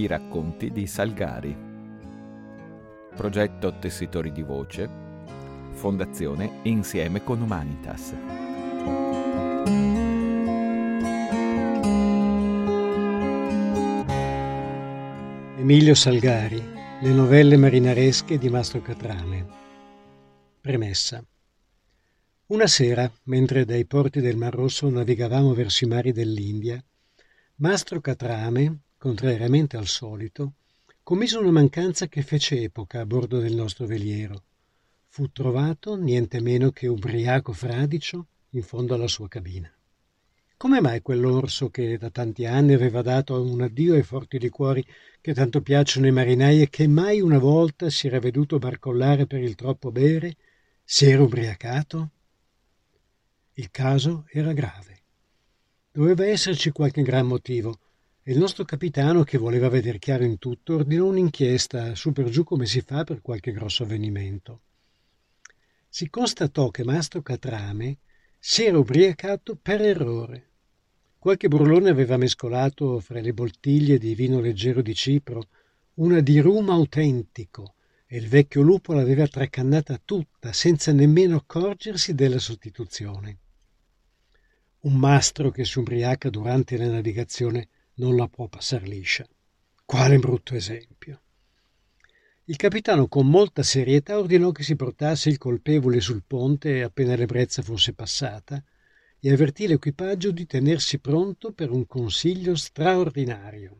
I racconti di Salgari. Progetto Tessitori di Voce, Fondazione Insieme con Humanitas. Emilio Salgari, le novelle marinaresche di Mastro Catrame. Premessa. Una sera, mentre dai porti del Mar Rosso navigavamo verso i mari dell'India, Mastro Catrame, contrariamente al solito, commise una mancanza che fece epoca a bordo del nostro veliero. Fu trovato niente meno che ubriaco fradicio in fondo alla sua cabina. Come mai quell'orso che da tanti anni aveva dato un addio ai forti liquori che tanto piacciono ai marinai e che mai una volta si era veduto barcollare per il troppo bere, si era ubriacato? Il caso era grave. Doveva esserci qualche gran motivo e il nostro capitano, che voleva veder chiaro in tutto, ordinò un'inchiesta su per giù come si fa per qualche grosso avvenimento. Si constatò che Mastro Catrame si era ubriacato per errore. Qualche burlone aveva mescolato fra le bottiglie di vino leggero di Cipro una di rum autentico e il vecchio lupo l'aveva tracannata tutta senza nemmeno accorgersi della sostituzione. Un mastro che si ubriaca durante la navigazione non la può passar liscia. Quale brutto esempio! Il capitano con molta serietà ordinò che si portasse il colpevole sul ponte appena l'ebbrezza fosse passata e avvertì l'equipaggio di tenersi pronto per un consiglio straordinario.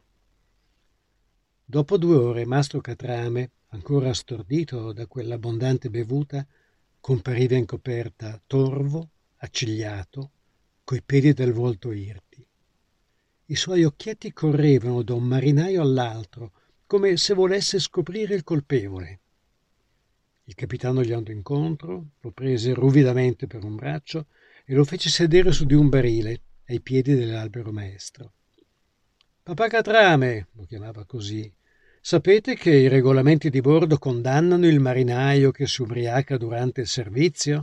Dopo 2 ore Mastro Catrame, ancora stordito da quell'abbondante bevuta, compariva in coperta torvo, accigliato, coi peli del volto irti. I suoi occhietti correvano da un marinaio all'altro, come se volesse scoprire il colpevole. Il capitano gli andò incontro, lo prese ruvidamente per un braccio e lo fece sedere su di un barile ai piedi dell'albero maestro. «Papà Catrame», lo chiamava così, «sapete che i regolamenti di bordo condannano il marinaio che si ubriaca durante il servizio?»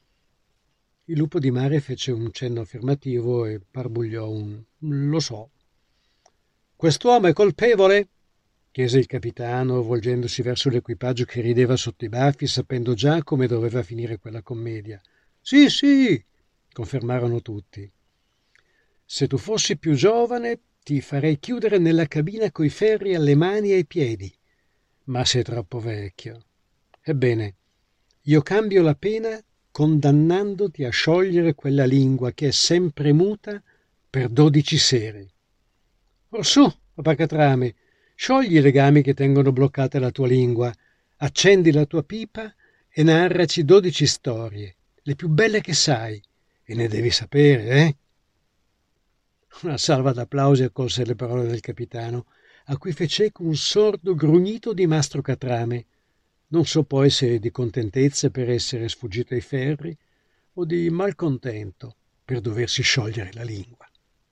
Il lupo di mare fece un cenno affermativo e barbugliò un «lo so». «Quest'uomo è colpevole?» chiese il capitano, volgendosi verso l'equipaggio che rideva sotto i baffi, sapendo già come doveva finire quella commedia. «Sì, sì», confermarono tutti. «Se tu fossi più giovane, ti farei chiudere nella cabina coi ferri alle mani e ai piedi. Ma sei troppo vecchio. Ebbene, io cambio la pena condannandoti a sciogliere quella lingua che è sempre muta per 12 sere. Orsù, papà Catrame, sciogli i legami che tengono bloccata la tua lingua, accendi la tua pipa e narraci 12 storie, le più belle che sai, e ne devi sapere, eh?» Una salva d'applausi accolse le parole del capitano, a cui fece eco un sordo grugnito di Mastro Catrame. Non so poi se di contentezza per essere sfuggito ai ferri o di malcontento per doversi sciogliere la lingua.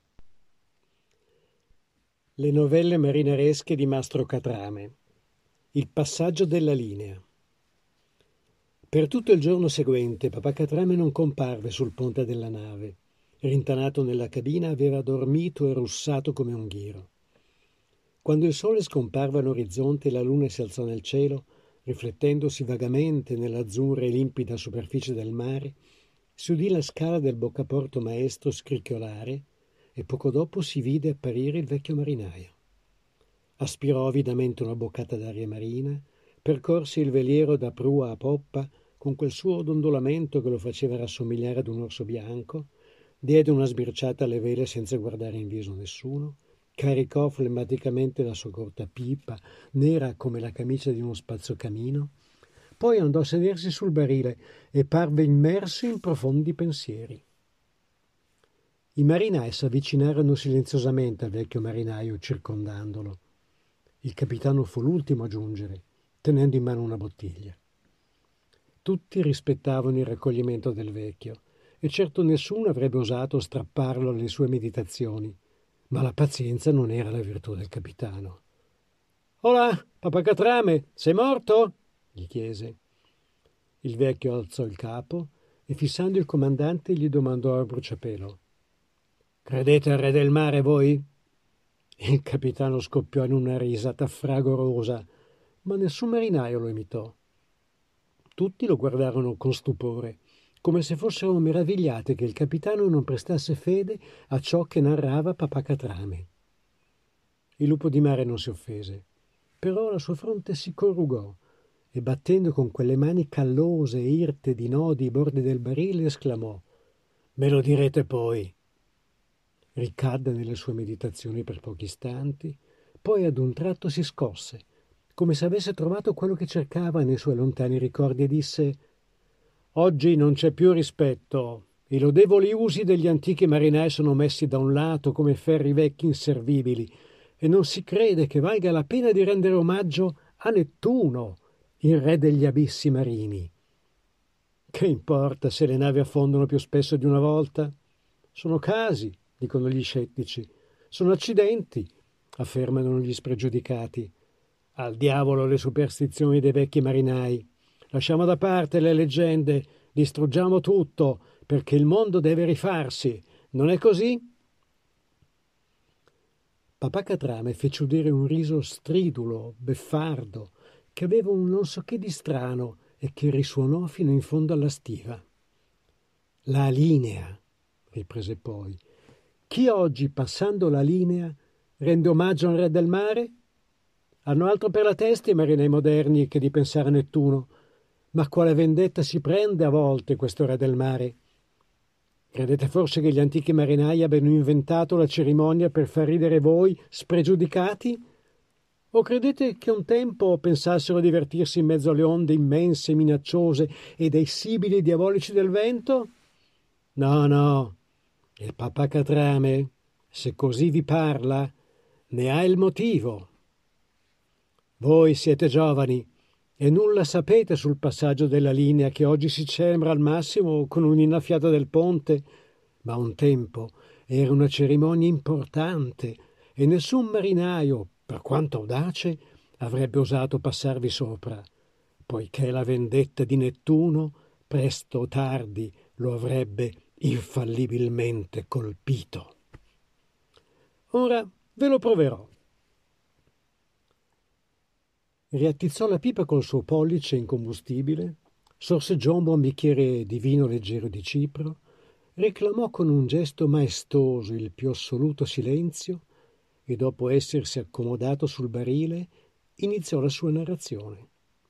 Le novelle marinaresche di Mastro Catrame. Il passaggio della linea. Per tutto il giorno seguente papà Catrame non comparve sul ponte della nave. Rintanato nella cabina aveva dormito e russato come un ghiro. Quando il sole scomparve all'orizzonte e la luna si alzò nel cielo, riflettendosi vagamente nell'azzurra e limpida superficie del mare, si udì la scala del boccaporto maestro scricchiolare e poco dopo si vide apparire il vecchio marinaio. Aspirò avidamente una boccata d'aria marina, percorse il veliero da prua a poppa con quel suo dondolamento che lo faceva rassomigliare ad un orso bianco, diede una sbirciata alle vele senza guardare in viso nessuno, caricò flemmaticamente la sua corta pipa, nera come la camicia di uno spazzocamino, poi andò a sedersi sul barile e parve immerso in profondi pensieri. I marinai s'avvicinarono silenziosamente al vecchio marinaio circondandolo. Il capitano fu l'ultimo a giungere, tenendo in mano una bottiglia. Tutti rispettavano il raccoglimento del vecchio e certo nessuno avrebbe osato strapparlo alle sue meditazioni, ma la pazienza non era la virtù del capitano. «Olà, papà Catrame, sei morto?» gli chiese. Il vecchio alzò il capo e fissando il comandante gli domandò a bruciapelo: «Credete al re del mare voi?» Il capitano scoppiò in una risata fragorosa, ma nessun marinaio lo imitò. Tutti lo guardarono con stupore, come se fossero meravigliati che il capitano non prestasse fede a ciò che narrava Papà Catrame. Il lupo di mare non si offese, però la sua fronte si corrugò e battendo con quelle mani callose e irte di nodi i bordi del barile esclamò: «Me lo direte poi!» Ricadde nelle sue meditazioni per pochi istanti, poi ad un tratto si scosse, come se avesse trovato quello che cercava nei suoi lontani ricordi, e disse: «Oggi non c'è più rispetto. I lodevoli usi degli antichi marinai sono messi da un lato come ferri vecchi inservibili e non si crede che valga la pena di rendere omaggio a Nettuno, il re degli abissi marini. Che importa se le navi affondano più spesso di una volta? Sono casi, dicono gli scettici. Sono accidenti, affermano gli spregiudicati. Al diavolo le superstizioni dei vecchi marinai. Lasciamo da parte le leggende, distruggiamo tutto, perché il mondo deve rifarsi. Non è così?» Papà Catrame fece udire un riso stridulo, beffardo, che aveva un non so che di strano e che risuonò fino in fondo alla stiva. «La linea», riprese poi. «Chi oggi, passando la linea, rende omaggio al re del mare? Hanno altro per la testa i marinai moderni che di pensare a Nettuno. Ma quale vendetta si prende a volte questo re del mare? Credete forse che gli antichi marinai abbiano inventato la cerimonia per far ridere voi, spregiudicati? O credete che un tempo pensassero a divertirsi in mezzo alle onde immense, minacciose e dai sibili diabolici del vento? No, no. Il Papà Catrame, se così vi parla, ne ha il motivo. Voi siete giovani e nulla sapete sul passaggio della linea che oggi si celebra al massimo con un'innaffiata del ponte, ma un tempo era una cerimonia importante e nessun marinaio, per quanto audace, avrebbe osato passarvi sopra, poiché la vendetta di Nettuno, presto o tardi, lo avrebbe infallibilmente colpito. Ora ve lo proverò. Riattizzò la pipa col suo pollice incombustibile, sorseggiò un buon bicchiere di vino leggero di Cipro, reclamò con un gesto maestoso il più assoluto silenzio e, dopo essersi accomodato sul barile, iniziò la sua narrazione.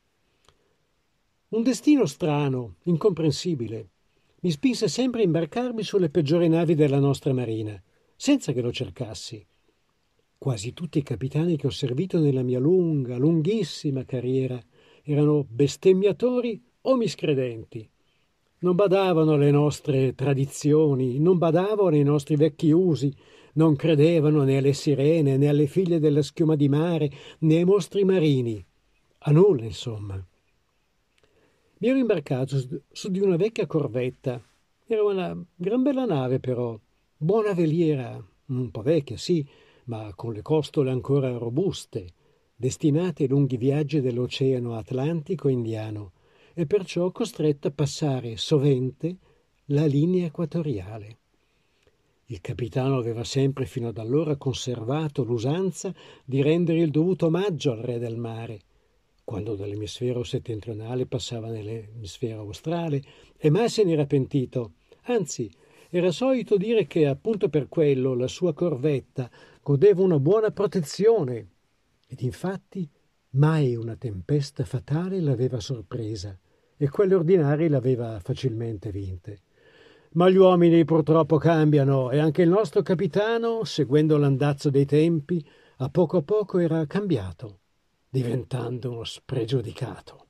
Un destino strano, incomprensibile, mi spinse sempre a imbarcarmi sulle peggiori navi della nostra marina, senza che lo cercassi. Quasi tutti i capitani che ho servito nella mia lunga, lunghissima carriera erano bestemmiatori o miscredenti. Non badavano alle nostre tradizioni, non badavano ai nostri vecchi usi, non credevano né alle sirene, né alle figlie della schiuma di mare, né ai mostri marini. A nulla, insomma. Mi ero imbarcato su di una vecchia corvetta. Era una gran bella nave, però, buona veliera, un po' vecchia, sì, ma con le costole ancora robuste, destinate ai lunghi viaggi dell'Oceano Atlantico e Indiano, e perciò costretta a passare sovente la linea equatoriale. Il capitano aveva sempre fino ad allora conservato l'usanza di rendere il dovuto omaggio al re del mare, quando dall'emisfero settentrionale passava nell'emisfero australe, e mai se n'era pentito. Anzi, era solito dire che appunto per quello la sua corvetta godeva una buona protezione, ed infatti mai una tempesta fatale l'aveva sorpresa e quelle ordinarie l'aveva facilmente vinte. Ma gli uomini purtroppo cambiano e anche il nostro capitano, seguendo l'andazzo dei tempi, a poco era cambiato, diventando uno spregiudicato.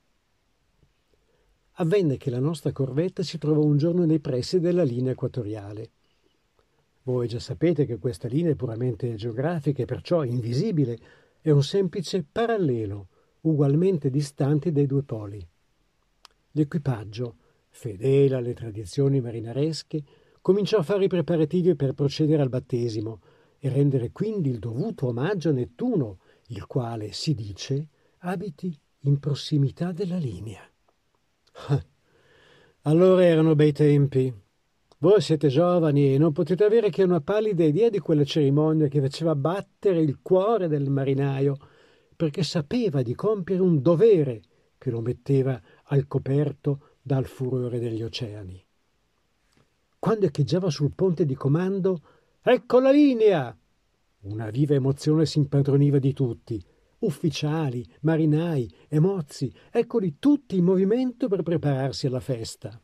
Avvenne che la nostra corvetta si trovò un giorno nei pressi della linea equatoriale. Voi già sapete che questa linea è puramente geografica e perciò invisibile, è un semplice parallelo, ugualmente distante dai due poli. L'equipaggio, fedele alle tradizioni marinaresche, cominciò a fare i preparativi per procedere al battesimo e rendere quindi il dovuto omaggio a Nettuno, il quale, si dice, abiti in prossimità della linea. Allora erano bei tempi. Voi siete giovani e non potete avere che una pallida idea di quella cerimonia che faceva battere il cuore del marinaio, perché sapeva di compiere un dovere che lo metteva al coperto dal furore degli oceani. Quando echeggiava sul ponte di comando, «Ecco la linea!» Una viva emozione si impadroniva di tutti. Ufficiali, marinai e mozzi, eccoli tutti in movimento per prepararsi alla festa.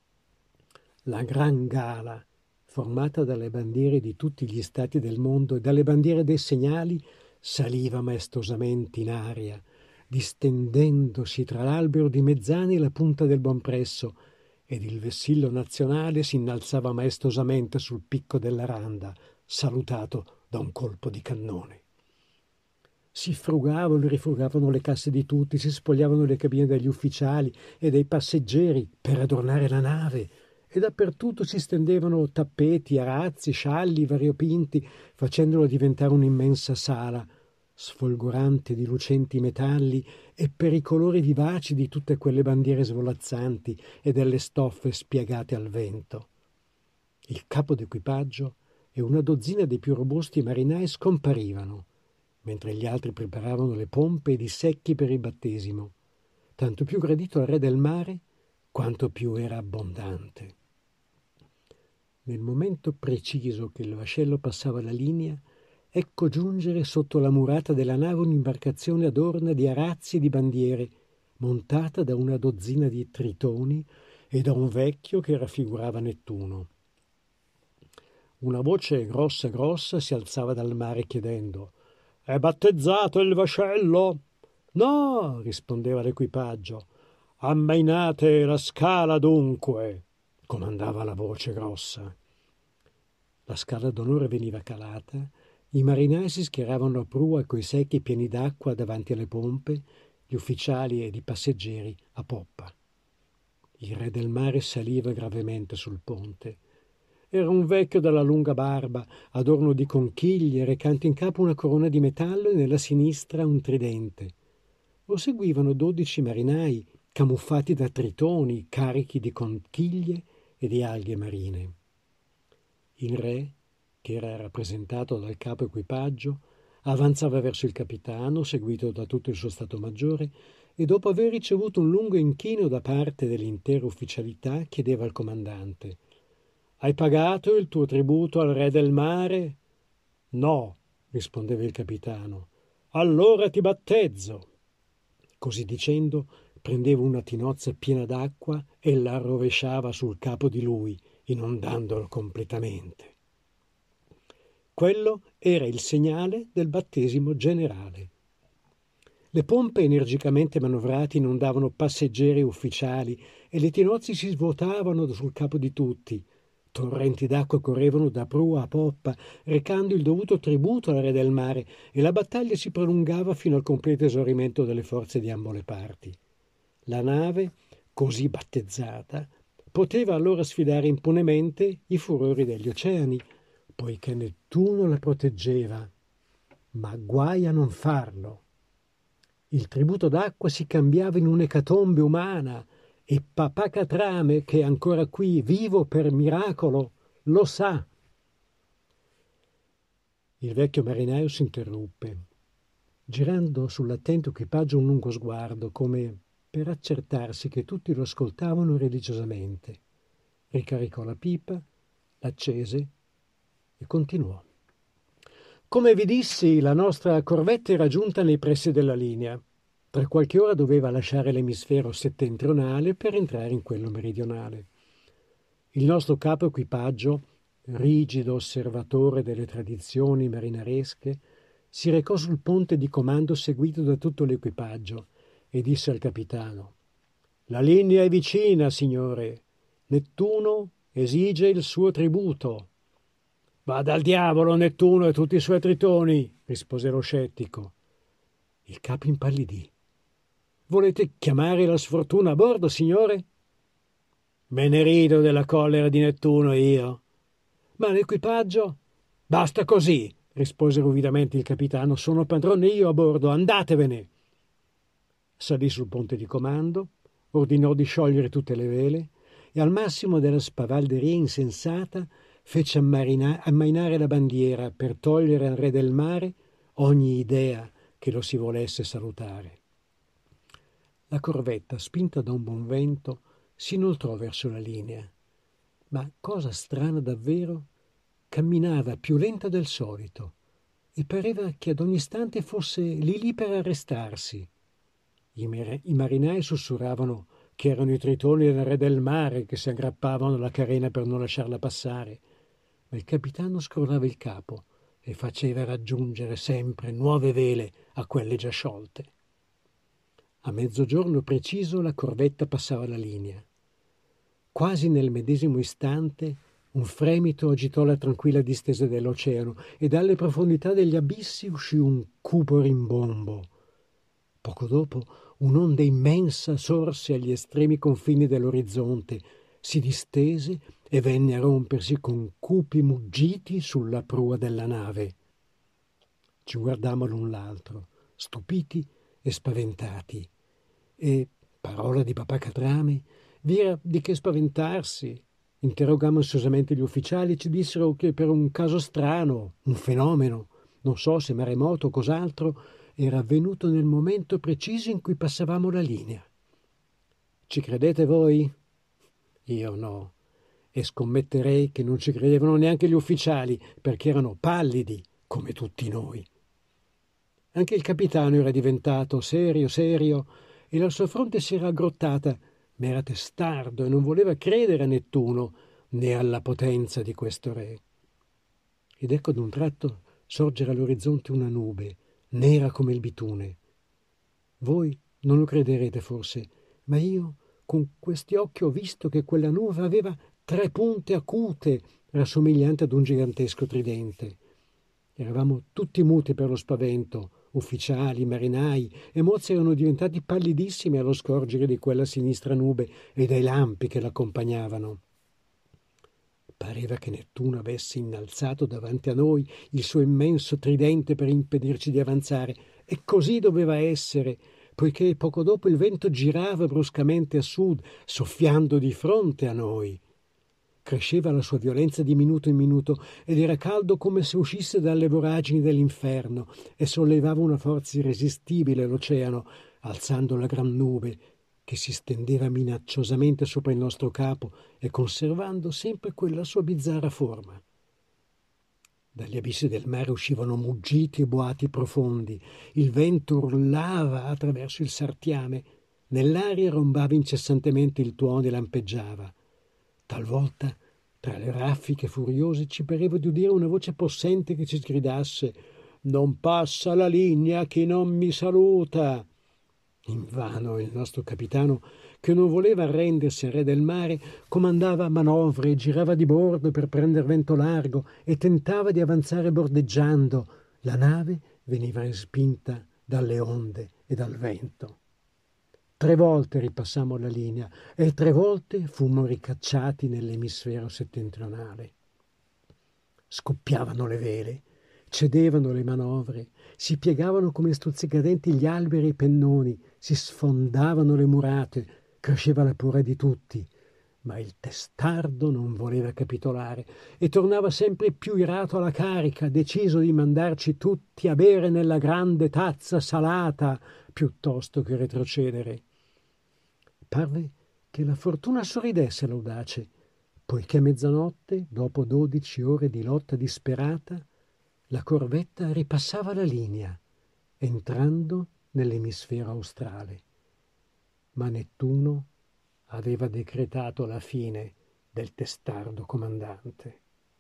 La gran gala, formata dalle bandiere di tutti gli stati del mondo e dalle bandiere dei segnali, saliva maestosamente in aria, distendendosi tra l'albero di mezzani e la punta del Bonpresso, ed il vessillo nazionale si innalzava maestosamente sul picco della randa, salutato da un colpo di cannone. Si frugavano e rifrugavano le casse di tutti, si spogliavano le cabine degli ufficiali e dei passeggeri per adornare la nave, e dappertutto si stendevano tappeti, arazzi, scialli variopinti, facendolo diventare un'immensa sala, sfolgorante di lucenti metalli e per i colori vivaci di tutte quelle bandiere svolazzanti e delle stoffe spiegate al vento. Il capo d'equipaggio e una dozzina dei più robusti marinai scomparivano, mentre gli altri preparavano le pompe ed i secchi per il battesimo, tanto più gradito al re del mare quanto più era abbondante. Nel momento preciso che il vascello passava la linea, ecco giungere sotto la murata della nave un'imbarcazione adorna di arazzi e di bandiere, montata da una dozzina di tritoni e da un vecchio che raffigurava Nettuno. Una voce grossa grossa si alzava dal mare chiedendo: «È battezzato il vascello?» «No», rispondeva l'equipaggio. «Ammainate la scala dunque», comandava la voce grossa. La scala d'onore veniva calata, i marinai si schieravano a prua coi secchi pieni d'acqua davanti alle pompe, gli ufficiali ed i passeggeri a poppa. Il re del mare saliva gravemente sul ponte. Era un vecchio dalla lunga barba, adorno di conchiglie, recante in capo una corona di metallo e nella sinistra un tridente. Lo seguivano 12 marinai, camuffati da tritoni, carichi di conchiglie e di alghe marine. Il re, che era rappresentato dal capo equipaggio, avanzava verso il capitano, seguito da tutto il suo stato maggiore, e dopo aver ricevuto un lungo inchino da parte dell'intera ufficialità, chiedeva al comandante: «Hai pagato il tuo tributo al re del mare?» «No», rispondeva il capitano. «Allora ti battezzo». Così dicendo, prendeva una tinozza piena d'acqua e la rovesciava sul capo di lui, inondandolo completamente. Quello era il segnale del battesimo generale. Le pompe energicamente manovrate inondavano passeggeri e ufficiali e le tinozze si svuotavano sul capo di tutti. Torrenti d'acqua correvano da prua a poppa, recando il dovuto tributo al re del mare, e la battaglia si prolungava fino al completo esaurimento delle forze di ambo le parti. La nave, così battezzata, poteva allora sfidare impunemente i furori degli oceani, poiché Nettuno la proteggeva, ma guai a non farlo. Il tributo d'acqua si cambiava in un'ecatombe umana, e papà Catrame, che è ancora qui, vivo per miracolo, lo sa. Il vecchio marinaio si interruppe, girando sull'attento equipaggio un lungo sguardo, come per accertarsi che tutti lo ascoltavano religiosamente. Ricaricò la pipa, l'accese e continuò. Come vi dissi, la nostra corvetta era giunta nei pressi della linea. Tra qualche ora doveva lasciare l'emisfero settentrionale per entrare in quello meridionale. Il nostro capo equipaggio, rigido osservatore delle tradizioni marinaresche, si recò sul ponte di comando seguito da tutto l'equipaggio e disse al capitano: «La linea è vicina, signore. Nettuno esige il suo tributo». «Vada al diavolo Nettuno e tutti i suoi tritoni», rispose lo scettico. Il capo impallidì. «Volete chiamare la sfortuna a bordo, signore?» «Me ne rido della collera di Nettuno io». «Ma l'equipaggio?» «Basta così», rispose ruvidamente il capitano. «Sono padrone io a bordo, andatevene». Salì sul ponte di comando, ordinò di sciogliere tutte le vele e al massimo della spavalderia insensata fece ammainare la bandiera per togliere al re del mare ogni idea che lo si volesse salutare. La corvetta, spinta da un buon vento, si inoltrò verso la linea, ma, cosa strana davvero, camminava più lenta del solito e pareva che ad ogni istante fosse lì lì per arrestarsi. I marinai sussurravano che erano i tritoni del re del mare che si aggrappavano alla carena per non lasciarla passare, ma il capitano scrollava il capo e faceva raggiungere sempre nuove vele a quelle già sciolte. A mezzogiorno preciso la corvetta passava la linea. Quasi nel medesimo istante un fremito agitò la tranquilla distesa dell'oceano e dalle profondità degli abissi uscì un cupo rimbombo. Poco dopo un'onda immensa sorse agli estremi confini dell'orizzonte, si distese e venne a rompersi con cupi muggiti sulla prua della nave. Ci guardammo l'un l'altro, stupiti e spaventati, e, parola di papà Catrame, v'era di che spaventarsi. Interrogammo ansiosamente gli ufficiali e ci dissero che per un caso strano, un fenomeno, non so se maremoto o cos'altro, era avvenuto nel momento preciso in cui passavamo la linea. Ci credete voi? Io no, e scommetterei che non ci credevano neanche gli ufficiali, perché erano pallidi, come tutti noi. Anche il capitano era diventato serio, e la sua fronte si era aggrottata, ma era testardo e non voleva credere a Nettuno né alla potenza di questo re. Ed ecco d'un tratto sorgere all'orizzonte una nube, nera come il bitune. Voi non lo crederete forse, ma io con questi occhi ho visto che quella nube aveva 3 punte acute, rassomiglianti ad un gigantesco tridente. Eravamo tutti muti per lo spavento, ufficiali, marinai, e mozzi erano diventati pallidissimi allo scorgere di quella sinistra nube e dai lampi che l'accompagnavano. Pareva che Nettuno avesse innalzato davanti a noi il suo immenso tridente per impedirci di avanzare, e così doveva essere, poiché poco dopo il vento girava bruscamente a sud, soffiando di fronte a noi. Cresceva la sua violenza di minuto in minuto ed era caldo come se uscisse dalle voragini dell'inferno e sollevava una forza irresistibile l'oceano, alzando la gran nube che si stendeva minacciosamente sopra il nostro capo e conservando sempre quella sua bizzarra forma. Dagli abissi del mare uscivano muggiti e boati profondi, il vento urlava attraverso il sartiame, nell'aria rombava incessantemente il tuono e lampeggiava. Talvolta, tra le raffiche furiose, ci pareva di udire una voce possente che ci gridasse «Non passa la linea chi non mi saluta!» Invano il nostro capitano, che non voleva arrendersi al re del mare, comandava manovre e girava di bordo per prender vento largo e tentava di avanzare bordeggiando. La nave veniva respinta dalle onde e dal vento. 3 volte ripassammo la linea e 3 volte fummo ricacciati nell'emisfero settentrionale. Scoppiavano le vele, cedevano le manovre, si piegavano come stuzzicadenti gli alberi e i pennoni, si sfondavano le murate, cresceva la paura di tutti, ma il testardo non voleva capitolare e tornava sempre più irato alla carica, deciso di mandarci tutti a bere nella grande tazza salata piuttosto che retrocedere. Parve che la fortuna sorridesse all'audace, poiché a mezzanotte, dopo 12 ore di lotta disperata, la corvetta ripassava la linea, entrando nell'emisfero australe. Ma Nettuno aveva decretato la fine del testardo comandante.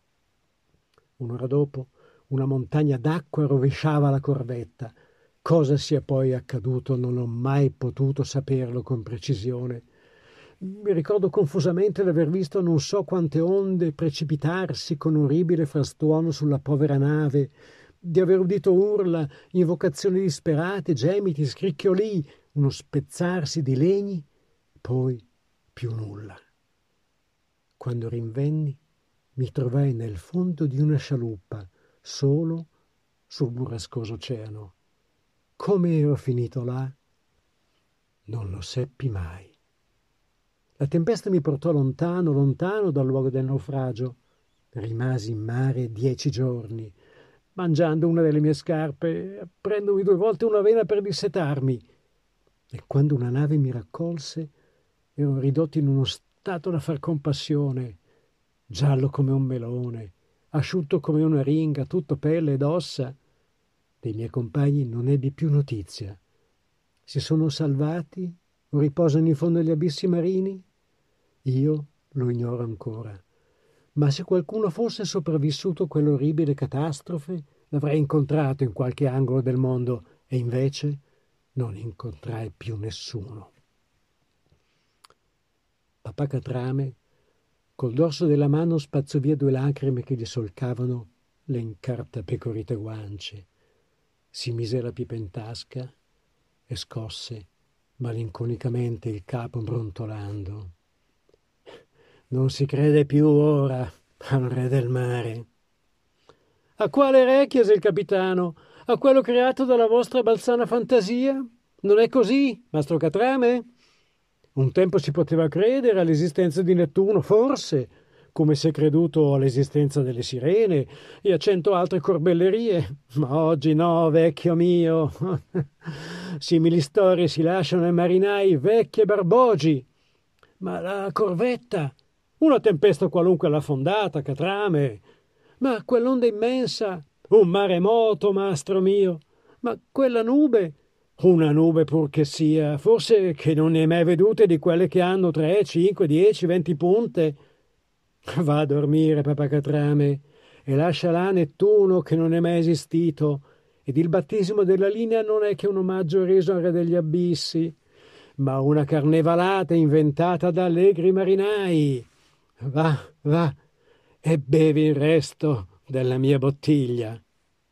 Un'ora dopo, una montagna d'acqua rovesciava la corvetta. Cosa sia poi accaduto non ho mai potuto saperlo con precisione. Mi ricordo confusamente d'aver visto non so quante onde precipitarsi con orribile frastuono sulla povera nave, di aver udito urla, invocazioni disperate, gemiti, scricchiolii, uno spezzarsi di legni, poi più nulla. Quando rinvenni, mi trovai nel fondo di una scialuppa, solo sul burrascoso oceano. Come ero finito là? Non lo seppi mai. La tempesta mi portò lontano, lontano dal luogo del naufragio. Rimasi in mare 10 giorni, mangiando una delle mie scarpe, prendomi 2 volte un'avena per dissetarmi. E quando una nave mi raccolse, ero ridotto in uno stato da far compassione, giallo come un melone, asciutto come una ringa, tutto pelle ed ossa. Dei miei compagni non ebbi più notizia. Si sono salvati o riposano in fondo agli abissi marini? Io lo ignoro ancora. Ma se qualcuno fosse sopravvissuto a quell'orribile catastrofe, l'avrei incontrato in qualche angolo del mondo, e invece non incontrai più nessuno. Papà Catrame, col dorso della mano, spazzò via 2 lacrime che gli solcavano le incartapecorite guance. Si mise la pipa in tasca e scosse malinconicamente il capo brontolando. Non si crede più ora al re del mare. A quale re? Chiese il capitano. A quello creato dalla vostra balzana fantasia? Non è così, mastro Catrame? Un tempo si poteva credere all'esistenza di Nettuno, forse, come si è creduto all'esistenza delle sirene e a 100 altre corbellerie. Ma oggi no, vecchio mio. Simili storie si lasciano ai marinai vecchi e barbogi. Ma la corvetta? Una tempesta qualunque all'affondata, Catrame. Ma quell'onda immensa? Un maremoto, mastro mio. Ma quella nube? Una nube pur che sia, forse che non ne hai mai vedute di quelle che hanno 3, 5, 10, 20 punte. Va a dormire, papà Catrame, e lascia là Nettuno che non è mai esistito, ed il battesimo della linea non è che un omaggio reso al re degli abissi, ma una carnevalata inventata da allegri marinai. Va, va, e bevi il resto della mia bottiglia.